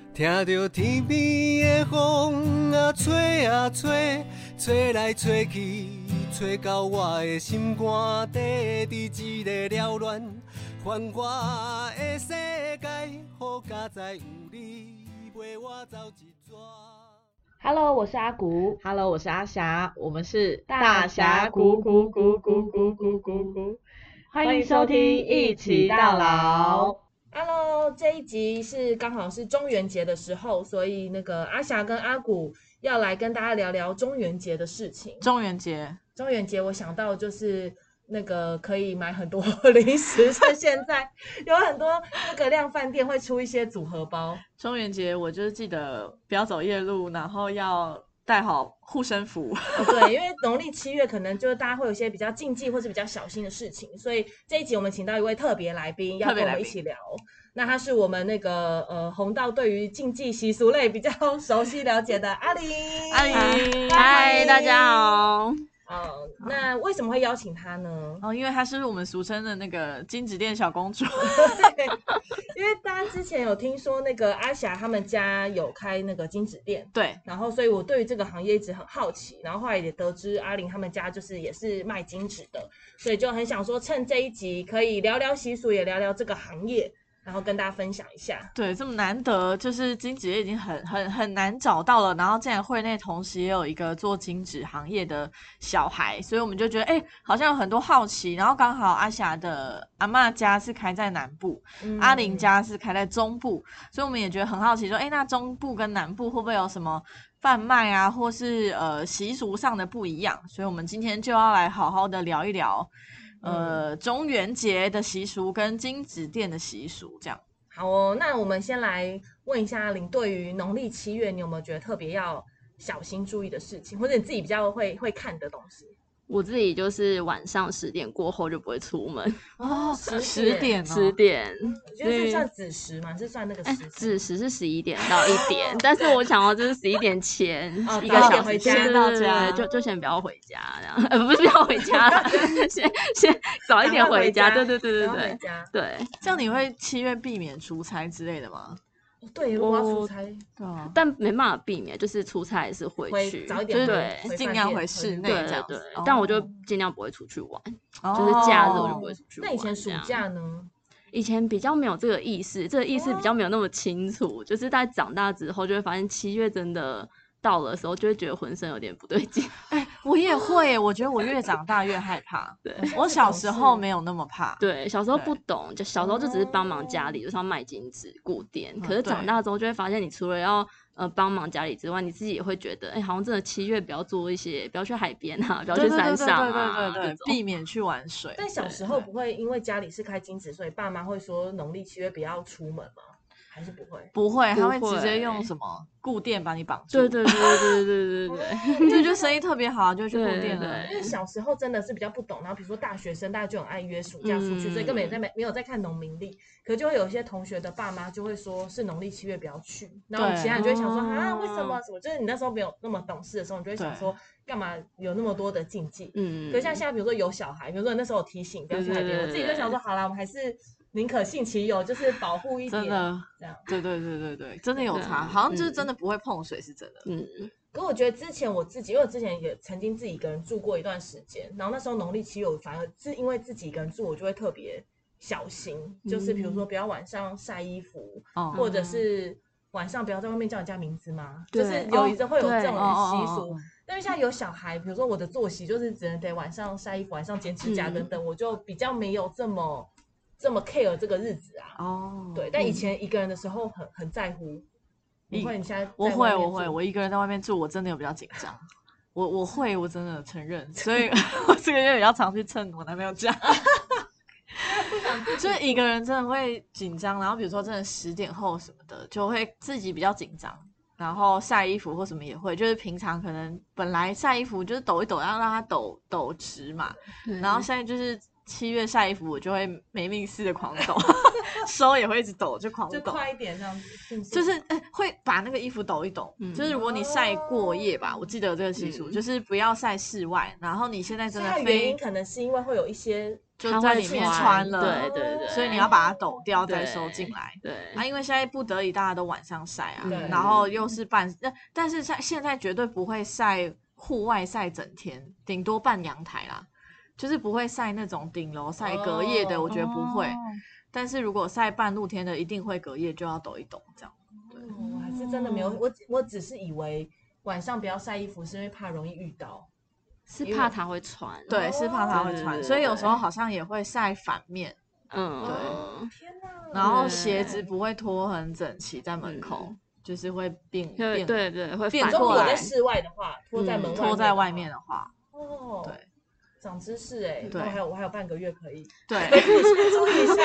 听着天边的风吹吹，吹来吹去，吹到我的心肝底，伫一个缭乱繁华的世界，好佳哉有你陪我走一逝。 Hello， 我是阿古。 Hello， 我是阿霞，我们是大侠咕咕咕咕咕咕咕咕，欢迎收听一起到老。Hello， 这一集是刚好是中元节的时候，所以那个阿霞跟阿古要来跟大家聊聊中元节的事情。 中元节， 我想到就是那个可以买很多零食，像现在有很多那个量贩店会出一些组合包。 中元节我就是记得不要走夜路，然后要带好护身符。 对，因为农历7月可能就是大家会有一些比较禁忌或是比较小心的事情，所以这一集我们请到一位特别来宾要跟我们一起聊。那他是我们那个红道对于禁忌习俗类比较熟悉了解的阿玲。 嗨，大家好。 那为什么会邀请他呢？ 因为他是我们俗称的那个金纸店小公主。 因为大家之前有听说那个阿霞他们家有开那个金纸店， 对， 然后所以我对于这个行业一直很好奇，然后后来也得知阿玲他们家就是也是卖金纸的，所以就很想说趁这一集可以聊聊习俗，也聊聊这个行业，然后跟大家分享一下。 对，这么难得，就是金纸业已经很难找到了，然后竟然会内同时也有一个做金纸行业的小孩，所以我们就觉得好像有很多好奇，然后刚好阿霞的阿嬷家是开在南部，阿玲家是开在中部，所以我们也觉得很好奇说那中部跟南部会不会有什么贩卖啊，或是习俗上的不一样，所以我们今天就要来好好的聊一聊中元节的习俗跟金纸店的习俗这样。 好哦，那我们先来问一下阿玲，对于农历7月你有没有觉得特别要小心注意的事情，或者你自己比较会看的东西？ 我自己就是晚上10点过后就不会出门。 10点 10点， 你觉得是算子时吗？是算那个时？ 子时是11点到1点，但是我想要就是11点前1个小时先到家， 就先不要回家这样，不是不要回家啦，先早一点回家，对，对， 这样你会7月避免出差之类的吗？ 对，如果要出差， 但没办法避免，就是出差也是会去， 早一点对， 尽量回室内这样。 对，但我就尽量不会出去玩，就是假日我就不会出去玩。 那以前暑假呢？ 以前比较没有这个意识，比较没有那么清楚，就是在长大之后就会发现7月真的到了的时候，就会觉得浑身有点不对劲。 我也会，我觉得我越长大越害怕。对，我小时候没有那么怕。 对，小时候不懂，就小时候就只是帮忙家里，就是要卖金纸、顾店。可是长大之后就会发现，你除了要帮忙家里之外，你自己也会觉得，好像真的7月不要做一些，不要去海边啊，不要去山上啊， 对，避免去玩水。 但小时候不会因为家里是开金纸，所以爸妈会说农历7月不要出门吗？还是不会？ 不会，他会直接用什么固店把你绑住。 对， 就觉得生意特别好，就去固店了。 因为小时候真的是比较不懂，然后比如说大学生，大家就很爱约暑假出去，所以根本没有在看农民历。可就会有一些同学的爸妈就会说是农历7月不要去，然后其他人就会想说为什么？就是你那时候没有那么懂事的时候，你就会想说干嘛有那么多的禁忌？可是像现在，比如说有小孩，比如说那时候有提醒不要去海边，我自己就想说好啦，我们还是宁可信其有，就是保护一点， 真的这样。 对，真的有差，好像就是真的不会碰水，是真的。 可我觉得之前因为我之前也曾经自己一个人住过一段时间，然后那时候农历7月，我反而是因为自己一个人住，我就会特别小心，就是比如说不要晚上晒衣服，或者是晚上不要在外面叫人家名字嘛，就是会有这种习俗。但是现在有小孩，比如说我的作息就是只能得晚上晒衣服、晚上剪指甲等等，我就比较没有这么 care 这个日子啊。对，但以前一个人的时候很在乎。你现在我会，我一个人在外面住，我真的有比较紧张。我会，我真的承认，所以我这个月比较常去蹭我男朋友家。就是一个人真的会紧张，然后比如说真的10点后什么的，就会自己比较紧张。然后晒衣服或什么也会，就是平常可能本来晒衣服就是抖一抖，要让它抖直嘛。然后现在就是7月晒衣服，我就会没命似的狂抖，手也会一直抖，就狂抖， 就快一点这样子， 就是会把那个衣服抖一抖。就是如果你晒过夜吧，我记得这个习俗，就是不要晒室外。然后你现在真的原因可能是因为会有一些就在里面穿了， 对对对， 所以你要把它抖掉再收进来。 对啊，因为现在不得已大家都晚上晒啊， 对然后又是但是现在绝对不会晒户外晒整天，顶多半阳台啦，就是不会晒那种顶楼晒隔夜的，我觉得不会。但是如果晒半露天的，一定会隔夜就要抖一抖这样。 我还是真的没有，我只是以为晚上不要晒衣服是因为怕容易遇到。 是怕它会穿， 对，是怕它会穿，所以有时候好像也会晒反面， 对， 天哪！然后鞋子不会拖很整齐在门口，就是会变， 对，会变过来。在室外的话，拖在门外， 拖在外面的话，对， 长知识哎，对，我还有半个月可以， 对， 注意一下。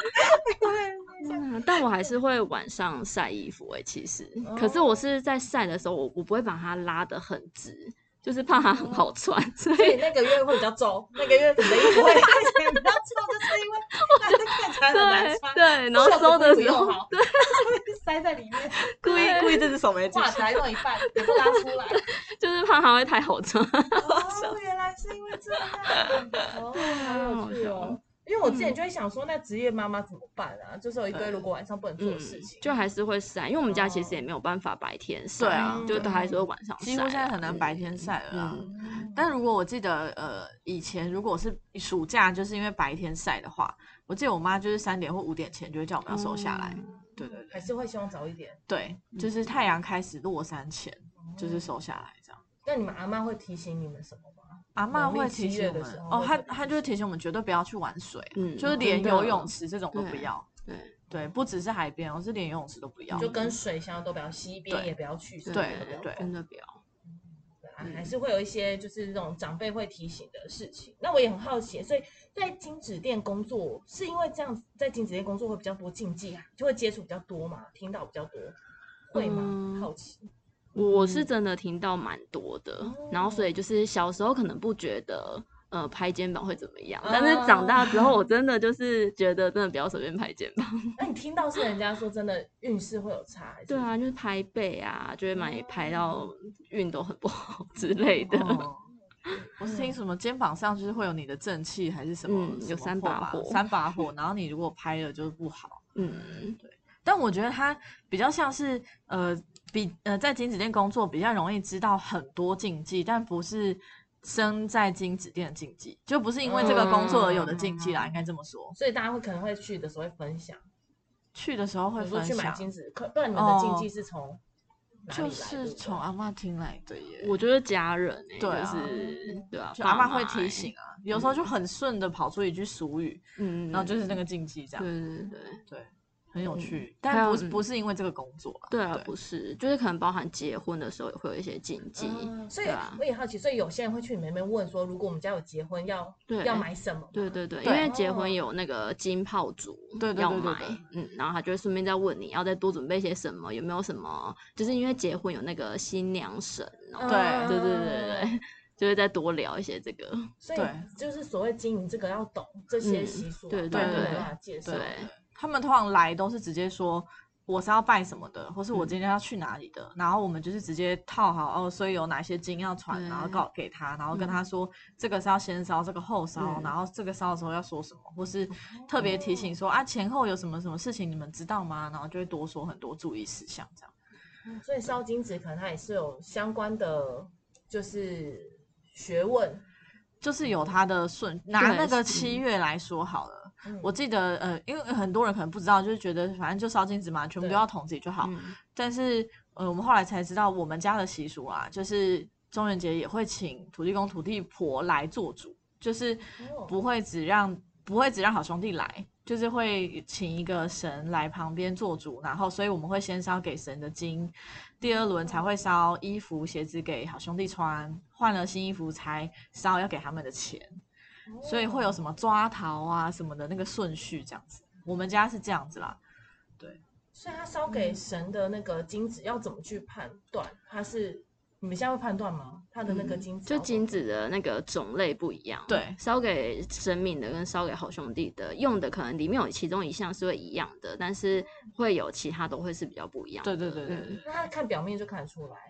但我还是会晚上晒衣服其实，可是我是在晒的时候，我不会把它拉得很直。就是怕它很好穿，所以那个月会比较皱，那个月可能衣服会看起来比较皱，就是因为它看起来很难穿。 对，然后收的时候， 对，塞在里面， 故意这只手没进去， 挂起来弄一半，也不拉出来， 就是怕它会太好穿。 原来是因为这样，好有趣哦。因为我之前就会想说，那职业妈妈怎么办啊？就是有一堆如果晚上不能做的事情， 就还是会晒，因为我们家其实也没有办法白天晒， 对啊， 就都还是会晚上晒。 几乎现在很难白天晒了啦。但如果我记得以前如果是暑假，就是因为白天晒的话，我记得我妈就是3点或5点前就会叫我们要收下来。对， 还是会希望早一点。 对，就是太阳开始落山前，就是收下来这样。 那你们阿嬷会提醒你们什么吗？ 阿嬷会提醒我们她就会提醒我们绝对不要去玩水，就是连游泳池这种都不要。对，不只是海边，是连游泳池都不要， 就跟水相都不要，溪边也不要去， 对， 真的不要。 还是会有一些就是这种长辈会提醒的事情。那我也很好奇，所以在金纸店工作是因为这样，在金纸店工作会比较多禁忌，就会接触比较多嘛，听到比较多，会吗？好奇。 我是真的听到蛮多的，然后所以就是小时候可能不觉得拍肩膀会怎么样，但是长大之后我真的就是觉得真的不要随便拍肩膀。 那你听到是人家说真的运势会有差？ 对啊，就是拍背啊，就会把你拍到运都很不好之类的。 我是听什么肩膀上就是会有你的正气还是什么， 有3把火 ，3把火，然后你如果拍了就是不好。对。但我觉得它比较像是在金纸店工作比较容易知道很多禁忌，但不是生在金纸店的禁忌，就不是因为这个工作而有的禁忌啦，应该这么说。 所以大家可能会去的时候会分享， 去的时候会分享。 去买金纸，不然你们的禁忌是从哪里来的？ 就是从阿嬷听来的耶。 我觉得家人对啊， 就是对啊， 就阿嬷会提醒啊，有时候就很顺的跑出一句俗语，然后就是那个禁忌这样。对。很有趣，但不是因为这个工作啊。 对啊，不是，就是可能包含结婚的时候也会有一些禁忌。 所以我也好奇，所以有些人会去你们那边问说，如果我们家有结婚要买什么？ 对，因为结婚有那个金炮竹要买，然后他就会顺便再问你要再多准备些什么，有没有什么？就是因为结婚有那个新娘绳，对，就会再多聊一些这个。 所以就是所谓经营这个要懂这些习俗，对，没办法介绍。 他们通常来都是直接说我是要拜什么的，或是我今天要去哪里的，然后我们就是直接套好所以有哪些经要传，然后给他，然后跟他说这个是要先烧，这个后烧，然后这个烧的时候要说什么，或是特别提醒说前后有什么什么事情你们知道吗？然后就会多说很多注意事项这样。 所以烧金纸可能它也是有相关的就是学问， 就是有它的拿那个7月来说好了。我记得因为很多人可能不知道，就是觉得反正就烧金纸嘛，全部都要筒子就好。但是我们后来才知道，我们家的习俗啊，就是中元节也会请土地公、土地婆来做主，就是不会只让好兄弟来，就是会请一个神来旁边做主，然后所以我们会先烧给神的金，第2轮才会烧衣服、鞋子给好兄弟穿，换了新衣服才烧要给他们的钱。所以会有什么抓桃啊什么的那个顺序这样子，我们家是这样子啦。对， 所以他烧给神的那个金子要怎么去判断？你们现在会判断吗？他的那个金子就金子的那个种类不一样， 对， 烧给神明的跟烧给好兄弟的用的可能里面有其中一项是会一样的，但是会有其他都会是比较不一样的。 对。 那他看表面就看得出来。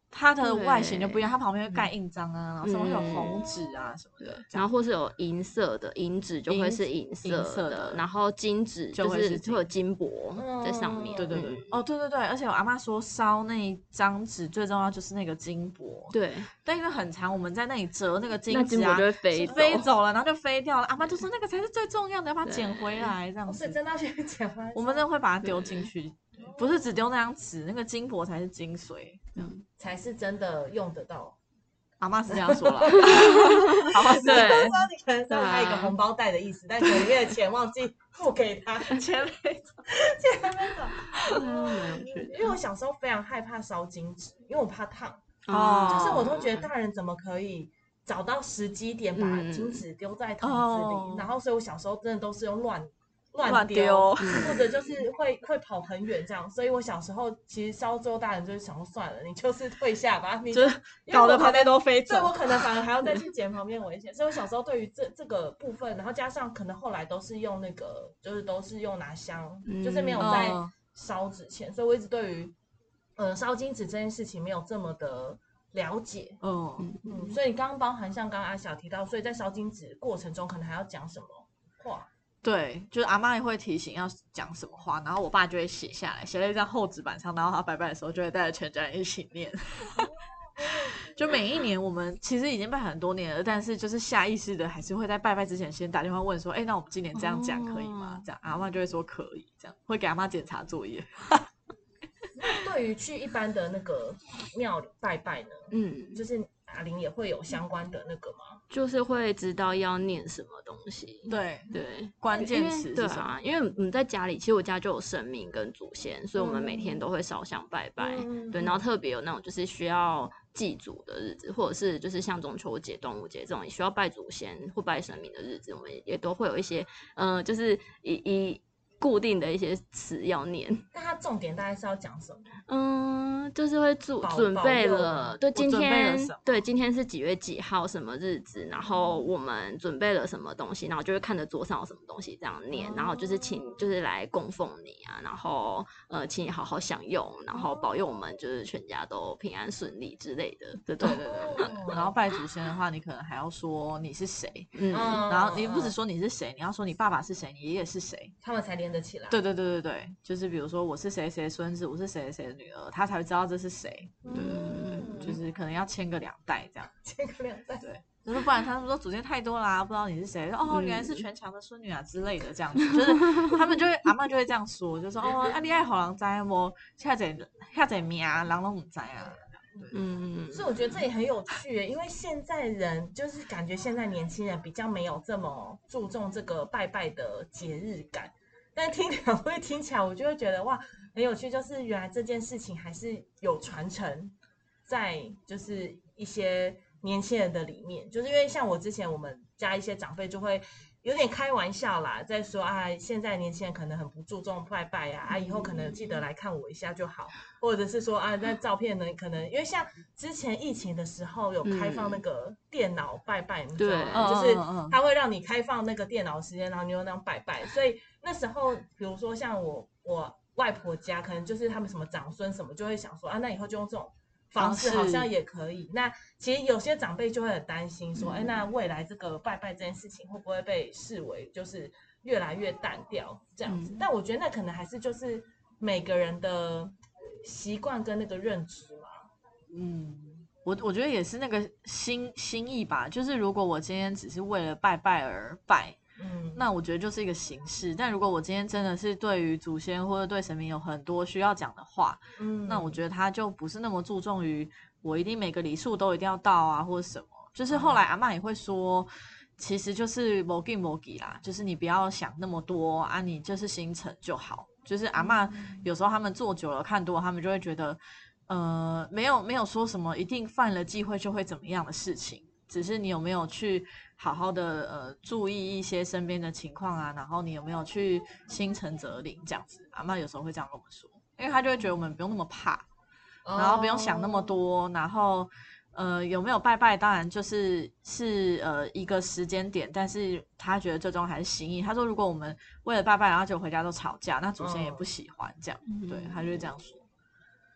它的外形就不一样，它旁边会盖印章啊，然后上面会有红纸啊什么的， 然后或是有银色的，银纸就会是银色的，然后金纸就是会有金箔在上面。 对对对，哦对对对，而且我阿嬷说烧那一张纸最重要就是那个金箔， 对， 但因为很长，我们在那里折那个金纸箔就会飞走了，然后就飞掉了。阿嬷就说那个才是最重要的，要把它捡回来这样子。 所以真的要先捡回来， 我们真的会把它丢进去。不是只丢那张纸，那个金箔才是精髓， 才是真的用得到。 阿嬷是这样说啦，阿嬷是对，知道你可能送他一个红包袋的意思，但可能里面的钱忘记付给他， 钱没走， 钱没走。因为我小时候非常害怕烧金纸，因为我怕烫，就是我都觉得大人怎么可以找到时机点把金纸丢在桶子里，然后所以我小时候真的都是用乱丢，或者就是会跑很远这样，所以我小时候其实烧之后，大人就是想说算了，你就是退下吧，你就是搞得旁边都飞走， 对我可能反而还要再去捡旁边危险，所以我小时候对于这个部分，然后加上可能后来都是用那个，就是都是用拿香，就是没有在烧纸钱，所以我一直对于烧金纸这件事情没有这么的了解，所以你刚刚包含像刚刚阿小提到，所以在烧金纸过程中可能还要讲什么话。 对，就是阿嬷也会提醒要讲什么话，然后我爸就会写下来，写在一张厚纸板上，然后他拜拜的时候就会带着全家人一起念。就每一年我们其实已经拜很多年了，但是就是下意识的还是会在拜拜之前先打电话问说，那我们今年这样讲可以吗？这样阿嬷就会说可以，这样会给阿嬷检查作业。 对于去一般的那个庙里拜拜呢，就是阿玲也会有相关的那个吗？ 就是会知道要念什么东西， 对， 关键词是什么？ 因为我们在家里，其实我家就有神明跟祖先，所以我们每天都会烧香拜拜，对，然后特别有那种就是需要祭祖的日子，或者是就是像中秋节、端午节这种需要拜祖先或拜神明的日子，我们也都会有一些就是以固定的一些词要念。 那它重点大概是要讲什么？ 就是会准备了，对，今天是几月几号什么日子，然后我们准备了什么东西，然后就会看着桌上有什么东西这样念，然后就是就是来供奉你啊，然后请你好好享用，然后保佑我们就是全家都平安顺利之类的。对。 然后拜祖先的话，你可能还要说你是谁，然后你不只说你是谁，你要说你爸爸是谁，你爷爷是谁， 他们才连得起来。 对，就是比如说我是谁谁孙子，我是谁谁的女儿，他才会知道这是谁。就是可能要签个2代这样， 签个2代， 对，就是不然他们说祖先太多啦，不知道你是谁，原来是全强的孙女啊之类的这样子，就是他们就会阿嬷就会这样说，就说你爱好人知无，遐侪名人拢唔知啊。 所以我觉得这也很有趣耶，因为现在人就是感觉现在年轻人比较没有这么注重这个拜拜的节日感，但听2位听起来，我就会觉得哇，很有趣，就是原来这件事情还是有传承在就是一些年轻人的里面，就是因为像我之前我们家一些长辈就会有点开玩笑啦，在说现在年轻人可能很不注重拜拜啊，以后可能记得来看我一下就好，或者是说那照片呢，可能因为像之前疫情的时候有开放那个电脑拜拜，你知道吗？就是他会让你开放那个电脑时间，然后你就那样拜拜，所以那时候比如说像我外婆家，可能就是他们什么长孙什么就会想说那以后就用这种方式好像也可以。那其实有些长辈就会很担心说，那未来这个拜拜这件事情会不会被视为就是越来越淡掉这样子？但我觉得那可能还是就是每个人的习惯跟那个认知嘛。 我觉得也是那个心意吧，就是如果我今天只是为了拜拜而拜，那我觉得就是一个形式。但如果我今天真的是对于祖先或者对神明有很多需要讲的话，那我觉得他就不是那么注重于我一定每个礼数都一定要到啊，或者什么。就是后来阿嬷也会说，其实就是没紧没紧啦，就是你不要想那么多啊，你就是心诚就好。就是阿嬷有时候他们做久了看多了，他们就会觉得没有说什么一定犯了忌讳就会怎么样的事情，只是你有没有去好好的注意一些身边的情况啊，然后你有没有去心诚则灵这样子。阿嬷有时候会这样跟我们说，因为她就会觉得我们不用那么怕，然后不用想那么多，然后有没有拜拜当然就是一个时间点，但是他觉得最终还是心意。他说如果我们为了拜拜然后就回家都吵架，那祖先也不喜欢这样，对，他就会这样说。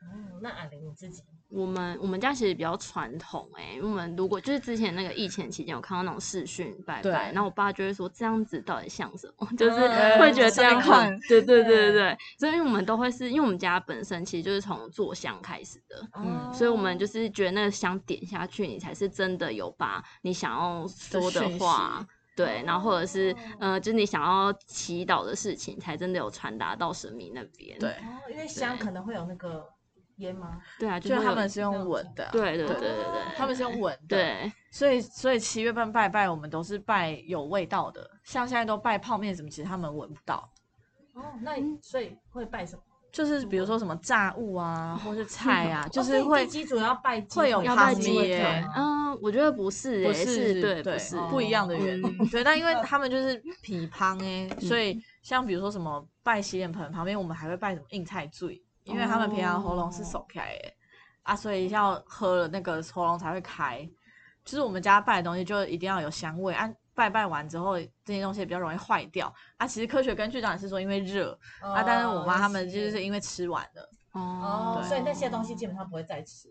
那阿玲你自己？ 我们家其实比较传统因为我们如果就是之前那个疫情期间，有看到那种视讯拜拜，然后我爸就会说这样子到底像什么，就是会觉得这样很对，所以我们都会是因为我们家本身其实就是从做香开始的，所以我们就是觉得那个香点下去，你才是真的有把你想要说的话。对，然后或者是就是你想要祈祷的事情，才真的有传达到神明那边。 对， 因为香可能会有那个烟吗？ 对啊， 就他们是用闻的， 对， 他们是用闻的， 对， 所以7月份拜拜，我们都是拜有味道的，像现在都拜泡面什么，其实他们闻不到。 那所以会拜什么？ 就是比如说什么炸物啊，或是菜啊，就是会基主要拜会有拜鸡耶。 我觉得不是， 不是对， 不是不一样的原理。对，但因为他们就是ผี汤所以像比如说什么拜洗脸盆旁边，我们还会拜什么硬菜醉，因为他们平常喉咙是手开所以要喝了那个喉咙才会开。就是我们家拜的东西就一定要有香味拜完之后，这些东西也比较容易坏掉其实科学根据当然是说因为热但是我妈他们就是因为吃完了所以那些东西基本上不会再吃。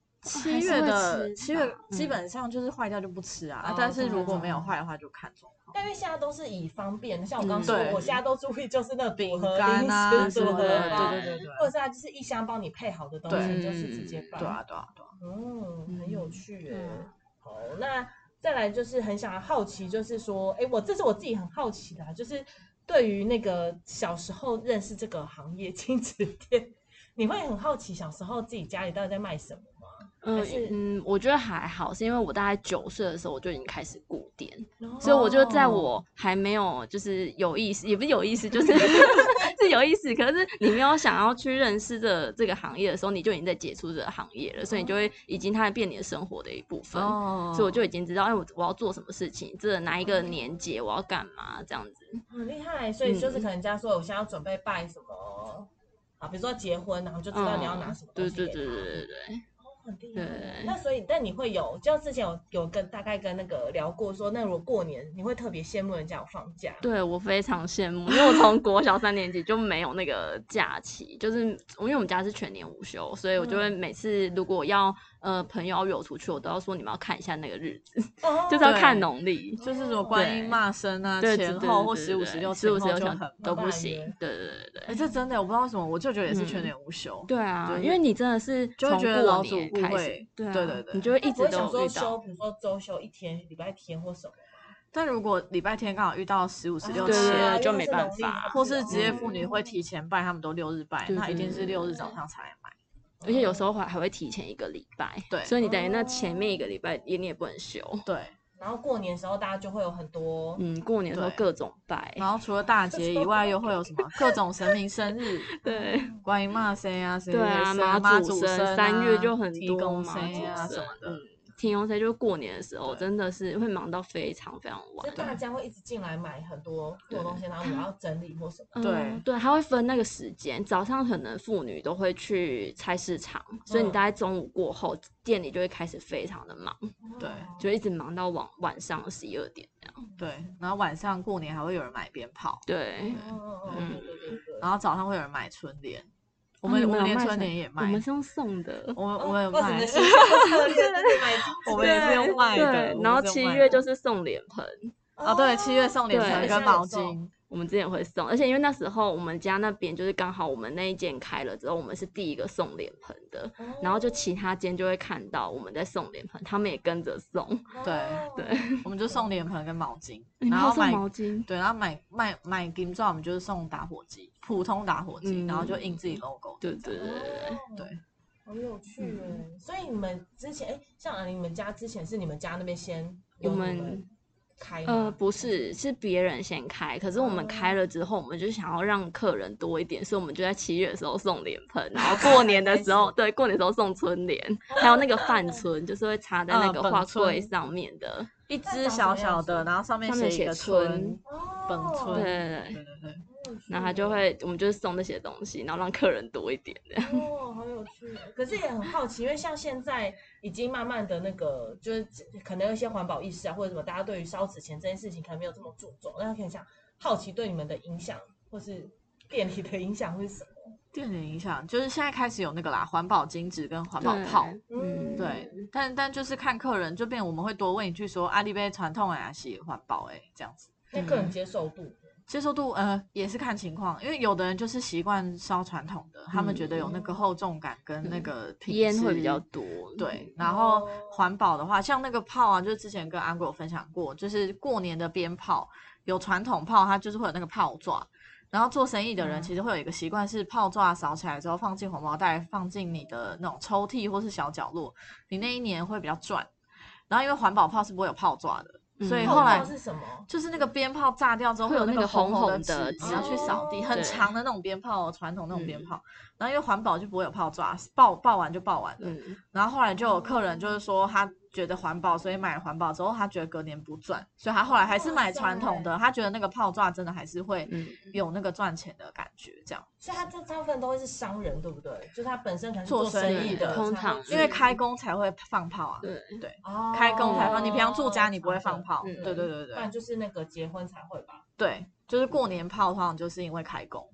7月基本上就是坏掉就不吃但是如果没有坏的话就看状况。 但因为现在都是以方便的，像我刚刚说，我现在都注意就是那饼干零食组合对， 或者是它就是一箱帮你配好的东西，就是直接拜。 对。 很有趣好，那再来就是很想要好奇，就是说，这是我自己很好奇的就是对于那个小时候认识这个行业亲子店，你会很好奇小时候自己家里到底在卖什么吗？ 我觉得还好，是因为我大概9岁的时候我就已经开始顾店，所以我就在我还没有就是有意识，也不是有意识，就是是有意识，可是你没有想要去认识这个行业的时候，你就已经在接触这个行业了，所以你就会已经它变你的生活的一部分，所以我就已经知道，我要做什么事情，这哪一个年节我要干嘛这样子， 很厉害。所以就是可能人家说我现在要准备拜什么比如说结婚，然后就知道你要拿什么东西给他。对。很厉害。那所以，但你会有，就之前有大概跟那个聊过说，那如果过年你会特别羡慕人家有放假？ 对，我非常羡慕，因为我从国小3年级就没有那个假期，就是因为我们家是全年无休，所以我就会每次如果要朋友要约我出去，我都要说你们要看一下那个日子，就是要看农历， 就是什么观音骂生前后或15、16前后就很都不行。对。 这真的我不知道为什么，我舅舅也是全年无休。 对啊，因为你真的是就会觉得老祖开始，对，你就会一直都遇到，比如说周休1天，礼拜天或什么。 但如果礼拜天刚好遇到15、16前， 就没办法， 或是职业妇女会提前拜，他们都6日拜，那一定是6日早上才买。 而且有时候还会提前1个礼拜， 对， 所以你等于那前面1个礼拜你也不能休。 对。 然后过年的时候，大家就会有很多过年的时候各种拜， 然后除了大节以外，又会有什么各种神明生日， 对， 观音妈生对啊，妈祖生3月就很多妈祖生什么的。 天公生就过年的时候，真的是会忙到非常非常晚， 就大家会一直进来买很多东西，然后你要整理或什么。 对，他会分那个时间，早上可能妇女都会去菜市场，所以你大概中午过后，店里就会开始非常的忙， 对， 就一直忙到晚上11、12点这样。 对，然后晚上过年还会有人买鞭炮， 对， 然后早上会有人买春联。我们连春联也卖， 我们是用送的， 我们有卖，我们也是用卖的。 对，然后7月就是送脸盆， 对，7月送脸盆跟毛巾， 我们之前会送，而且因为那时候我们家那边就是刚好我们那一间开了之后，我们是第一个送脸盆的，然后就其他间就会看到我们在送脸盆，他们也跟着送。 对，我们就送脸盆跟毛巾， 然后送毛巾， 对，然后买金钻，我们就是送打火机，普通打火机，然后就印自己 logo。 对， 好有趣所以你们之前像你们家之前是你们家那边先我们。开不是，是别人先开，可是我们开了之后，我们就想要让客人多一点，所以我们就在7月的时候送脸盆，然后过年的时候，对，过年的时候送春联，还有那个饭村，就是会插在那个花柜上面的， 一只小小的，然后上面写一个春，本村， 对，然后我们就是送那些东西，然后让客人多一点的。 好有趣。可是也很好奇，因为像现在已经慢慢的那个，就是可能有一些环保意识或者什么，大家对于烧纸钱这件事情可能没有这么注重。那可以想好奇对你们的影响，或是店里的影响会是什么？ 电子影响就是现在开始有那个啦，环保金纸跟环保泡，对，但就是看客人，就变我们会多问一句说，你要传统的还是环保这样子。 那客人接受度也是看情况，因为有的人就是习惯烧传统的，他们觉得有那个厚重感跟那个品质烟会比较多。 对，然后环保的话，像那个炮啊，就是之前跟安国有分享过，就是过年的鞭炮有传统炮，它就是会有那个炮爪。然后做生意的人其实会有一个习惯，是炮爪扫起来之后放进红包袋，放进你的那种抽屉或是小角落，你那一年会比较赚。然后因为环保炮是不会有炮爪的，所以后来是什么？ 就是那个鞭炮炸掉之后会有那个红红的的纸，你要去扫地，很长的那种鞭炮，传统那种鞭炮。然后因为环保就不会有炮爪，爆完就爆完了。然后后来就有客人就是说他觉得环保，所以买环保之后他觉得隔年不赚，所以他后来还是买传统的，他觉得那个炮爪真的还是会有那个赚钱的感觉，这样。 所以他这大部分都会是商人，对不对？就是他本身可能是做生意的， 通常因为开工才会放炮啊。对，开工才放。你平常住家你不会放炮。对， 不然就是那个结婚才会吧。 对，就是过年炮通常就是因为开工。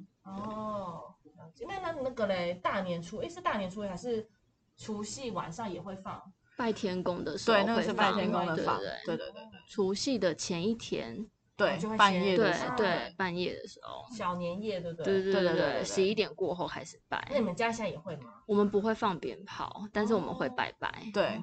那个嘞，大年初是大年初一还是除夕晚上也会放？ 拜天公的时候， 对，那个是拜天公的放。对。 除夕的前一天， 对，半夜的时候， 对，半夜的时候， 小年夜，对不对？对，11点过后开始拜。 那你们家现在也会吗？ 我们不会放鞭炮，但是我们会拜拜。 对。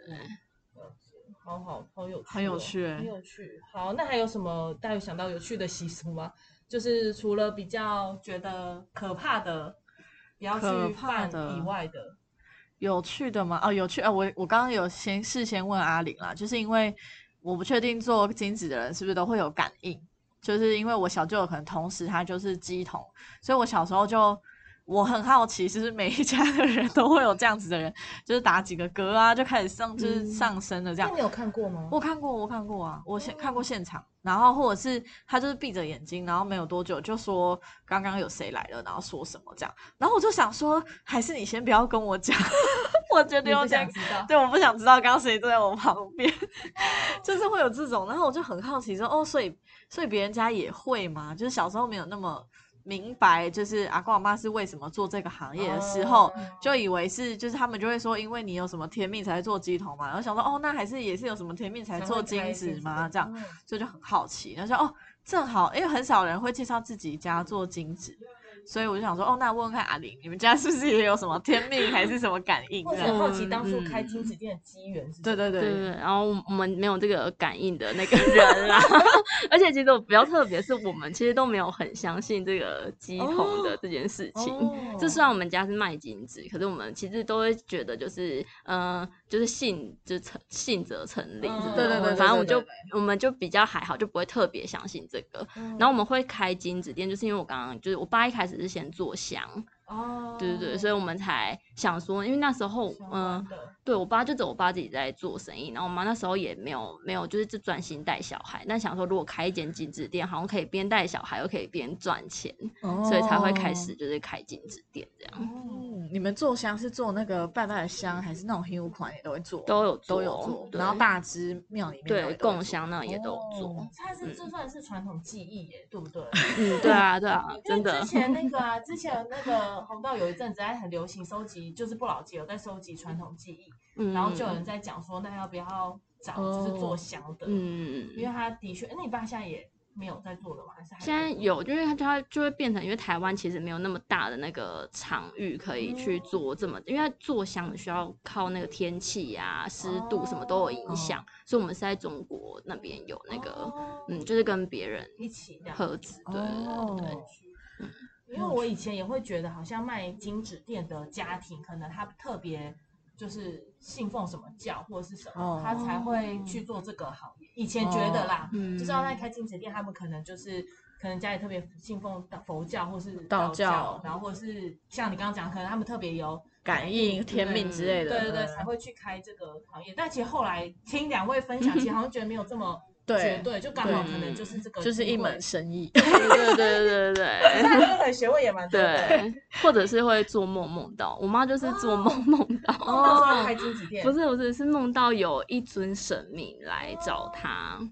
好有趣， 很有趣， 很有趣。好，那还有什么大家有想到有趣的习俗吗？就是除了比较觉得可怕的不要去犯以外的， 有趣的吗？有趣我刚刚有事先问阿玲啦，就是因为我不确定做金纸的人是不是都会有感应，就是因为我小舅可能同时他就是乩童，所以我小时候我很好奇，是不是每一家的人都会有这样子的人，就是打几个嗝啊，就开始就是上身的这样。 那你有看过吗？ 我看过啊，我看过现场，然后或者是他就是闭着眼睛，然后没有多久就说刚刚有谁来了，然后说什么这样，然后我就想说，还是你先不要跟我讲，我觉得有点对，我不想知道刚刚谁坐在我旁边，就是会有这种，然后我就很好奇说，所以别人家也会吗？就是小时候没有那么明白，就是阿公阿妈是为什么做这个行业的时候，就以为是就是他们就会说，因为你有什么天命才会做乩童嘛，然后想说那还是也是有什么天命才做金纸吗？这样，所以就很好奇，然后说正好，因为很少人会介绍自己家做金纸。所以我就想说，那问问看阿玲，你们家是不是也有什么天命还是什么感应？ 或者好奇当初开金纸店的机缘是什么？ 对。 然后我们没有这个感应的那个人啦，而且其实我比较特别，是我们其实都没有很相信这个乩童的这件事情。就虽然我们家是卖金纸，可是我们其实都会觉得就是就是信则成立。 对。 反正我们就比较还好，就不会特别相信这个。然后我们会开金纸店，就是因为我刚刚就是我爸一开始是先做香，对，所以我们才想说，因为那时候对我爸就只有我爸自己在做生意，然后我妈那时候也没有就是专心带小孩，但想说如果开一间金纸店，好像可以边带小孩又可以边赚钱，所以才会开始就是开金纸店这样。 你们做香是做那个拜拜的香，还是那种香油款也都会做？ 都有做，然后大支庙里面对供香那也都有做。 这算是传统技艺耶，对不对？ 对啊，真的。 之前那个红道有一阵子还很流行收集，就是不老街有在收集传统技艺，然后就有人在讲说，那要不要找就是做香的？因为他的确，那你爸现在也没有在做了吗？还是现在有，因为它就会变成，因为台湾其实没有那么大的那个场域可以去做这么，因为它做香需要靠那个天气啊、湿度什么都有影响，所以我们是在中国那边有那个，就是跟别人一起合资，对。 因为我以前也会觉得，好像卖金纸店的家庭，可能他特别就是信奉什么教或者是什么，他才会去做这个行业。以前觉得啦，就是要在开金纸店，他们可能家里特别信奉佛教或是道教，然后或者是像你刚刚讲，可能他们特别有感应、天命之类的， 对，才会去开这个行业。但其实后来听两位分享，其实好像觉得没有这么。绝对，就刚好可能就是这个， 就是一门生意。 对。 他这个学问也蛮多的。 对，或者是会做梦到，我妈就是做梦到， 那时候开金纸店， 不是梦到有一尊神明来找她，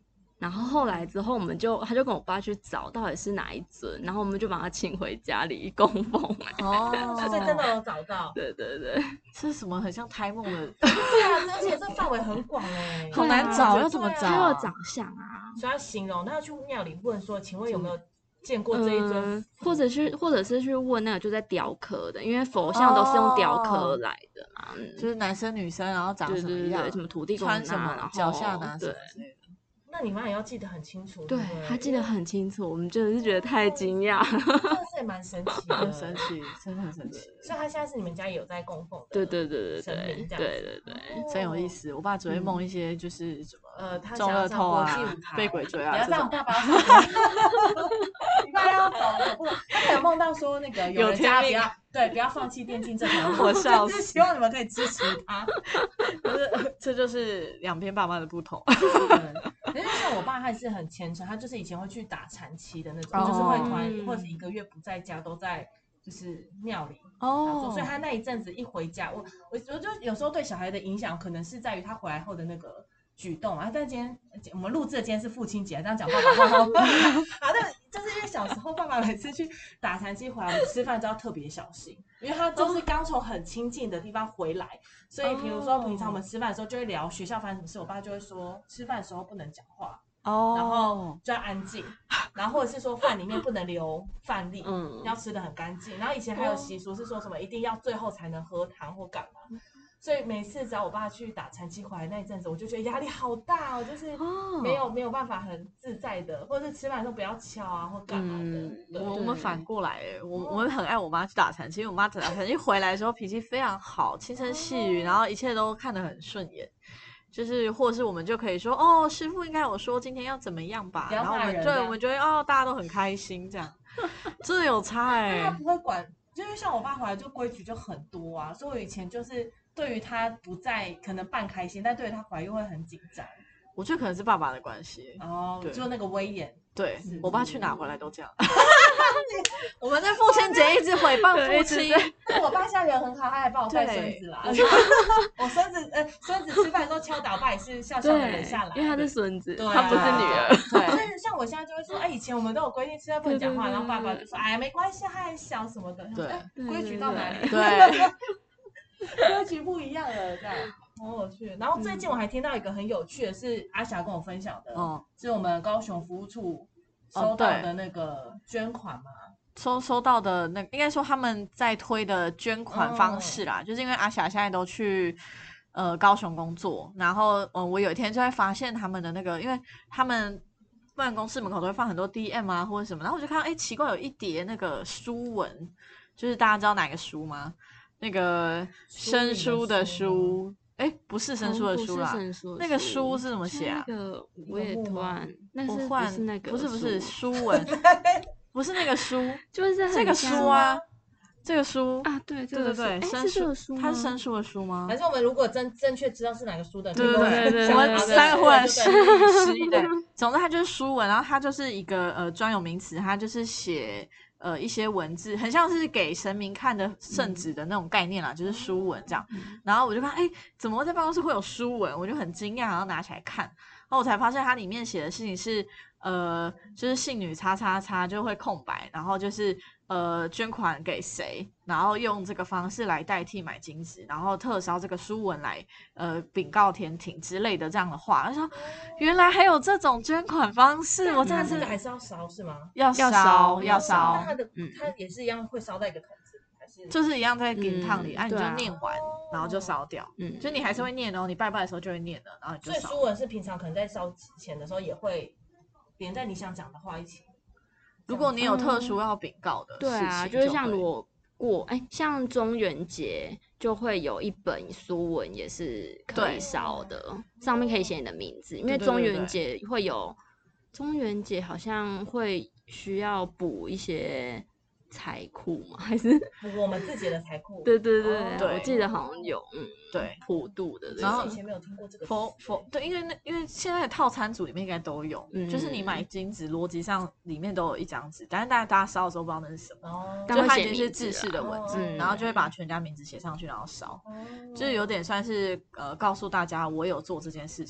然后后来之后，他就跟我爸去找到底是哪一尊，然后我们就把他请回家里供奉。 所以真的有找到。 对对对， 这是什么很像胎梦的？ 对啊，而且这范围很广哎， 好难找，要怎么找？ 还有长相啊， 所以要形容，那要去庙里问说，请问有没有见过这一尊？ 或者是去问那个就在雕刻的，因为佛像都是用雕刻来的嘛， 就是男生女生，然后长什么样， 什么土地公穿什么， 然后脚下拿什么之类的。 那你妈也要记得很清楚， 对，她记得很清楚，我们真的是觉得太惊讶， 真的是也蛮神奇的， 很神奇，真的很神奇。 所以她现在是你们家也有在供奉的， 对对对对神明这样子， 对，真有意思。我爸只会梦一些就是什么他中乐透啊、被鬼追啊，不要让爸爸你爸要走了，他可能梦到说那个有人家不要放弃电竞这条路， 我笑死，希望你们可以支持他。 这就是两边爸妈的不同。 因为像我爸他也是很虔诚，他就是以前会去打禅期的那种，就是会团或者1个月不在家都在就是庙里所以他那一阵子一回家，我就有时候对小孩的影响可能是在于他回来后的那个举动啊。但今天我们录制的今天是父亲节，这样讲爸爸好，但就是因为小时候爸爸每次去打禅期回来，我们吃饭都要特别小心，因为他就是刚从很亲近的地方回来，所以比如说平常我们吃饭的时候就会聊学校发生什么事，我爸就会说吃饭的时候不能讲话。然后就要安静，然后或者是说饭里面不能留饭粒，要吃的很干净。然后以前还有习俗是说什么一定要最后才能喝汤或干嘛，所以每次只要我爸去打禅期回来那一阵子，我就觉得压力好大就是没有办法很自在的，或者是吃饭的时候不要敲啊或干嘛的。 我们反过来我们很爱我妈去打禅期，因为我妈打禅期回来的时候脾气非常好，轻声细语，然后一切都看得很顺眼。就是或是我们就可以说师父应该有说今天要怎么样吧，然后我们就会大家都很开心这样，真的有差他不会管，就是像我爸回来就规矩就很多啊，所以我以前就是对于他不在可能半开心，但对于他回来又会很紧张。 我觉得可能是爸爸的关系就那个威严。 对，我爸去哪回来都这样。我们在父亲节一直诽谤父亲， 但我爸现在人很好，他还帮我带孙子啦。我孙子吃饭的时候敲打，我爸也是笑笑的忍下来， 因为他是孙子， 他不是女儿。 对，所以像我现在就会说，以前我们都有规定吃饭不能讲话，然后爸爸就说，没关系，他还小什么的。对，规矩到哪里？ 对， 规矩不一样了，这样。很有趣，然后最近我还听到一个很有趣的是阿霞跟我分享的，是我们高雄服务处收到的那个捐款嘛， 收到的那个应该说他们在推的捐款方式啦，就是因为阿霞现在都去高雄工作，然后我有一天就会发现他们的那个，因为他们办公室门口都会放很多 DM 啊或者什么，然后我就看到奇怪有一叠那个书文，就是大家知道哪个书吗？那个生疏的书。不是生疏的书啦，那个书是怎么写啊？ 那个我也突然，不是那个， 不是书文，不是那个书， 就是这个书啊，这个书啊，对， 生疏，它是生疏的书吗？ 还是我们如果正确知道是哪个书的， 对，我们3个忽然失忆，对，总之它就是书文，然后它就是一个专有名词，它就是写。一些文字很像是给神明看的圣旨的那种概念啦，就是书文这样。然后我就看，怎么在办公室会有书文？我就很惊讶，然后拿起来看，然后我才发现它里面写的事情是，就是姓女叉叉叉就会空白，然后就是捐款给谁，然后用这个方式来代替买金子，然后特烧这个书文来禀告天庭之类的这样的话，我说原来还有这种捐款方式，我真的是还是要烧是吗？ 要烧。 那它也是一样会烧在一个桶子，还是就是一样在给汤里，你就念完，然后就烧掉。就你还是会念你拜拜的时候就会念的，然后你就烧。 所以书文是平常可能在烧钱的时候也会连在你想讲的话一起。 如果你有特殊要禀告的事情， 对啊，就是像如果像中元节就会有一本书文也是可以烧的，上面可以写你的名字，因为中元节会有，中元节好像会需要补一些财库吗？还是我们自己的财库？ 对，我记得好像有， 对， 普渡的。 然后以前没有听过这个对，因为现在的套餐组里面应该都有，就是你买金纸逻辑上里面都有一张纸，但是大家烧的时候不知道那是什么，就它已经是制式的文字，然后就会把全家名字写上去，然后烧，就是有点算是告诉大家我有做这件事情。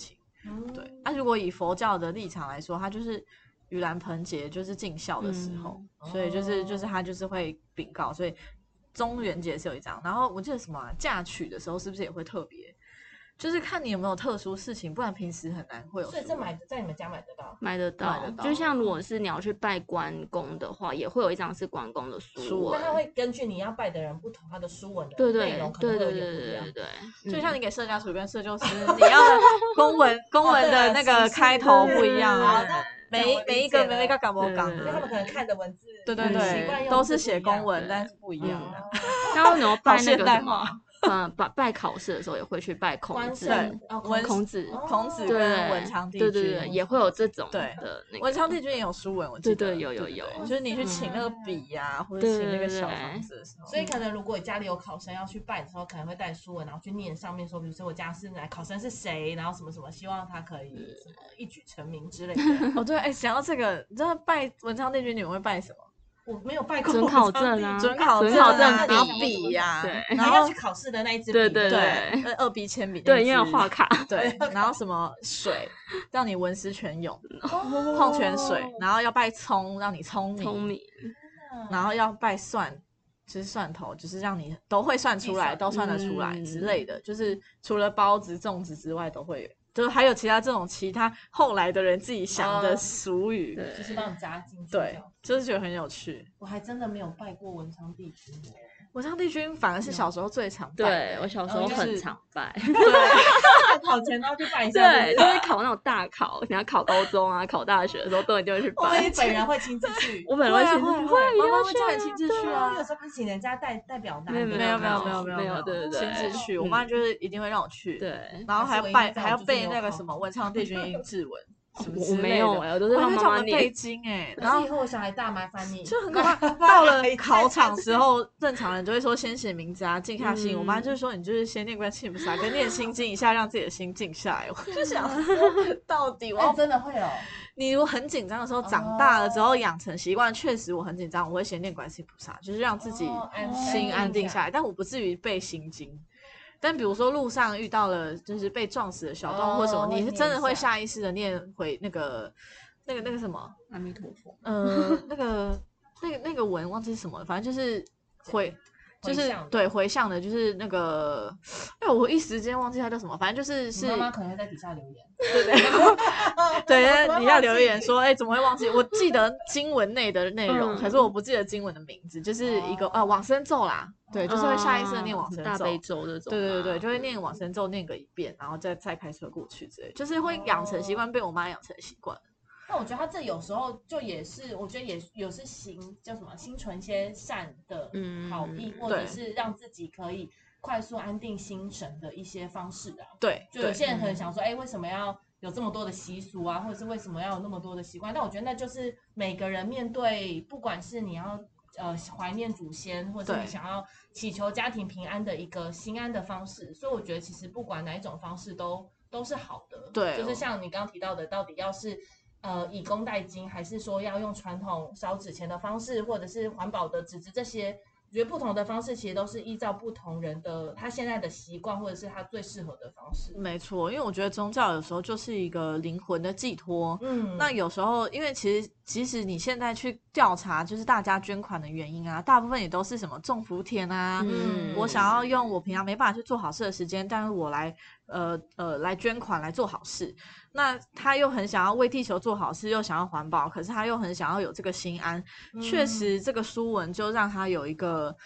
对，如果以佛教的立场来说，它就是盂兰盆节就是尽孝的时候，所以就是他就是会禀告，所以中元节是有一张。然后我记得什么嫁娶的时候是不是也会特别？就是看你有没有特殊事情，不然平时很难会有。 所以这在你们家买得到？ 买得到。就像如果是你要去拜关公的话，也会有一张是关公的书文。 那它会根据你要拜的人不同，它的书文的内容可能会有点不一样。 对， 就像你给社家属跟社救师，你要的公文的那个开头不一样啊。每一个感不讲， 因为他们可能看的文字， 对，都是写公文，但是不一样的。 然后你要拜那个什么？拜考试的时候也会去拜孔子，孔子跟文昌帝君， 对，也会有这种的。 文昌帝君也有书文，我记得对，有， 就是你去请那个笔呀，或者请那个小房子的时候， 所以可能如果家里有考生要去拜的时候，可能会带书文，然后去念上面说，比如说我家是考生是谁，然后什么什么，希望他可以什么一举成名之类的。 哦，对，想到这个，你知道拜文昌帝君你们会拜什么？ 我没有拜过准考证啊， 准考证，然后笔呀， 对，然后要去考试的那一支笔， 对 ，2B 铅笔， 对，因为要画卡， 对，然后什么水让你文思泉涌，矿泉水，然后要拜葱让你聪明，然后要拜蒜，就是蒜头，就是让你都会算出来，都算得出来之类的，就是除了包子、粽子之外都会有。就是还有其他后来的人自己想的俗语， 就是帮你加进去。 对，就是觉得很有趣。 我还真的没有拜过文昌帝君。 文昌帝君反而是小时候最常拜。 对，我小时候很常拜。 对，考前都要去拜一下。 对，就是考那种大考，你要考高中啊、考大学的时候，都一定会去拜。 你本人会亲自去？ 我本人会亲自去， 妈妈会叫你亲自去啊。 有时候不是请人家代表单。 没有， 对， 亲自去。我妈就是一定会让我去。 对， 然后还要背那个什么文昌帝君阴骘文。 我没有我都是让妈妈念背经然后以后我小孩大麻烦你， 就很可怕。到了考场时候，正常人就会说先写名字啊，静下心。我妈就是说你就是先念观世音菩萨，跟念心经一下，让自己的心静下来。我就想，到底我真的会哦。 你如果很紧张的时候，长大了之后养成习惯，确实我很紧张，我会先念观世音菩萨，就是让自己心安定下来。但我不至于背心经。但比如说路上遇到了就是被撞死的小动物或什么，你是真的会下意识的念回那个什么阿弥陀佛， 那个文忘记是什么，反正就是就是对回向的，就是那个，我一时间忘记它叫什么，反正就是妈妈可能会在底下留言， 对，底下留言说，怎么会忘记？我记得经文内的内容，可是我不记得经文的名字，就是一个往生咒啦，对，就是会下意识的念往生咒、 大悲咒这种， 对，就会念往生咒念个一遍，然后再开车过去之类，就是会养成习惯，被我妈养成习惯。 那我觉得他这有时候就也是，我觉得也有是叫什么心存一些善的好意，或者是让自己可以快速安定心神的一些方式啊。 对， 就有些人可能想说，为什么要有这么多的习俗啊，或者是为什么要有那么多的习惯？但我觉得那就是每个人面对，不管是你要怀念祖先，或者是你想要祈求家庭平安的一个心安的方式。所以我觉得其实不管哪一种方式都是好的。 对， 就是像你刚刚提到的，到底要是以工代金，还是说要用传统烧纸钱的方式，或者是环保的纸质这些，我觉得不同的方式其实都是依照不同人的他现在的习惯，或者是他最适合的方式。 没错，因为我觉得宗教有时候就是一个灵魂的寄托。那有时候因为其实你现在去调查，就是大家捐款的原因啊，大部分也都是什么种福田啊，我想要用我平常没办法去做好事的时间，但是我来捐款来做好事。那他又很想要为地球做好事，又想要环保，可是他又很想要有这个心安。确实，这个书文就让他有一个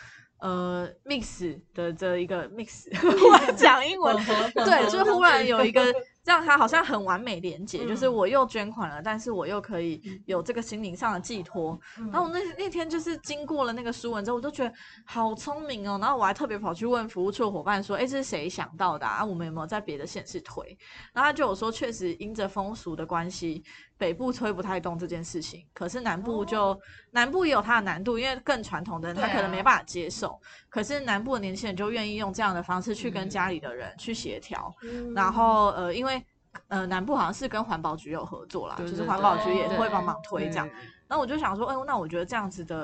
mix 的这一个 mix， 我讲英文，对，就忽然有一个让他好像很完美连结，就是我又捐款了，但是我又可以有这个心灵上的寄托。然后我那天就是经过了那个书文之后，我就觉得好聪明哦。然后我还特别跑去问服务处的伙伴说，这是谁想到的啊？我们有没有在别的县市推？然后他就有说，确实因着风俗的关系，北部推不太动这件事情，可是南部也有它的难度，因为更传统的人他可能没办法接受。可是南部的年轻人就愿意用这样的方式去跟家里的人去协调，然后因为南部好像是跟环保局有合作啦，就是环保局也会帮忙推这样。然后我就想说，那我觉得这样子的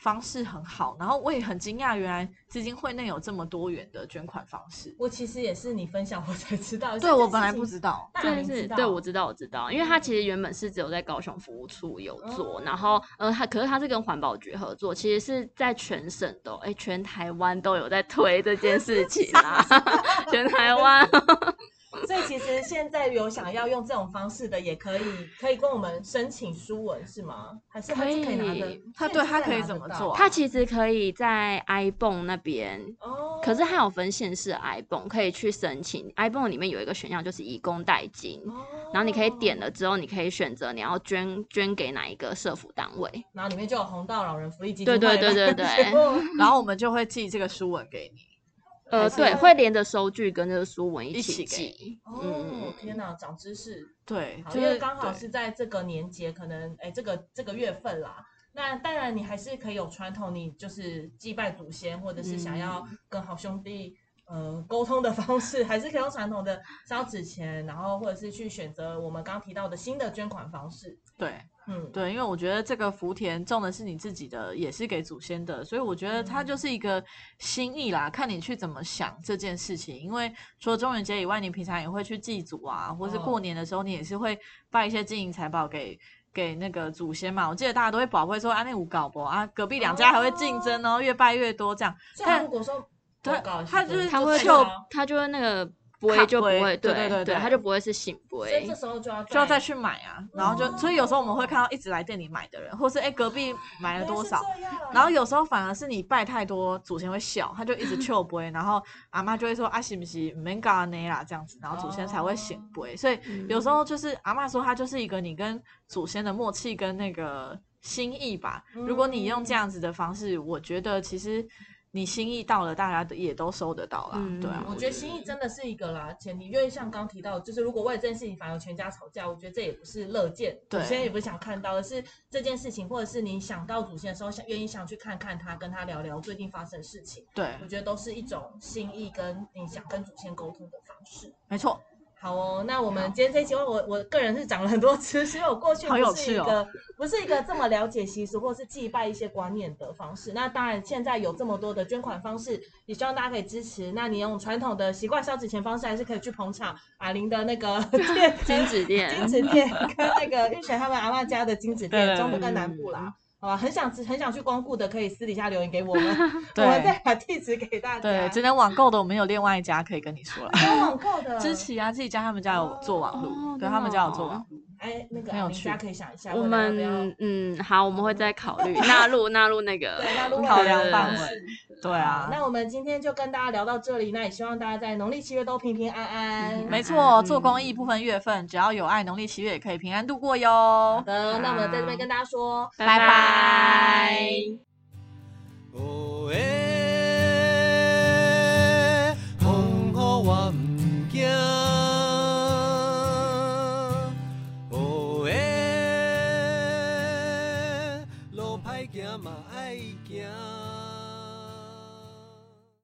方式很好，然后我也很惊讶，原来基金会内有这么多元的捐款方式。 我其实也是你分享我才知道， 对，我本来不知道。 真的是，对，我知道，因为他其实原本是只有在高雄服务处有做，然后可是他是跟环保局合作，其实是在全省都，全台湾都有在推这件事情啦，全台湾。 所以其实现在有想要用这种方式的，也可以跟我们申请书文是吗？还是可以拿的？ 他可以怎么做？ 他其实可以在 iBon 那边，可是他有分县市 iBon 可以去申请。iBon 里面有一个选项就是以工代金，然后你可以点了之后，你可以选择你要捐给哪一个社福单位， 然后里面就有红道老人福利基金会。 对， 然后我们就会寄这个书文给你。 对，会连着收据跟这个书文一起寄。 天哪，长知识。 对， 因为刚好是在这个年节，可能这个月份啦。那当然，你还是可以有传统，你就是祭拜祖先，或者是想要跟好兄弟沟通的方式，还是可以用传统的烧纸钱，然后或者是去选择我们刚刚提到的新的捐款方式。 对。对，因为我觉得这个福田种的是你自己的，也是给祖先的，所以我觉得它就是一个心意啦，看你去怎么想这件事情。因为除了中元节以外，你平常也会去祭祖啊，或是过年的时候，你也是会拜一些金银财宝给那个祖先嘛。我记得大家都会宝贝说啊，那有搞不啊，隔壁两家还会竞争哦，越拜越多这样。 但如果说他就是他就会那个。不会就不会，对，它就不会是醒不会， 所以这时候就要再去买啊，然后所以有时候我们会看到一直来店里买的人，或是隔壁买了多少，然后有时候反而是你拜太多，祖先会笑，他就一直求不会，然后阿嬷就会说啊是不是免搞那啦这样子，然后祖先才会醒不会，所以有时候就是阿嬷说它就是一个你跟祖先的默契跟那个心意吧。如果你用这样子的方式，我觉得其实。你心意到了，大家也都收得到啦。对啊， 我觉得心意真的是一个啦，前提因为像刚提到，就是如果为了这件事情反而全家吵架，我觉得这也不是乐见，祖先也不是想看到，而是这件事情，或者是你想到祖先的时候，愿意想去看看他，跟他聊聊最近发生的事情。 对， 我觉得都是一种心意跟你想跟祖先沟通的方式。 没错。 好哦，那我们今天这一期我个人是长了很多知识，因为我过去不是一个这么了解习俗或是祭拜一些观念的方式。那当然现在有这么多的捐款方式，也希望大家可以支持。那你用传统的习惯烧纸钱方式，还是可以去捧场阿玲的那个金纸店跟那个玉璇他们阿嬷家的金纸店，中部跟南部啦。好吧，很想去光顾的，可以私底下留言给我们，我们再把地址给大家。 对，只能网购的，我们有另外一家可以跟你说了。 有网购的， 知琪啊，自己家他们家有做网路，对，他们家有做网路。 那个大家可以想一下， 我们好，我们会再考虑纳入那个考量范围。对啊， 那我们今天就跟大家聊到这里，那也希望大家在农历7月都平平安安。 没错，做公益不分月份，只要有爱，农历7月也可以平安度过哟。 好的，那我们在这边跟大家说， 拜拜。 风雨我不惊。路歹行嘛爱行。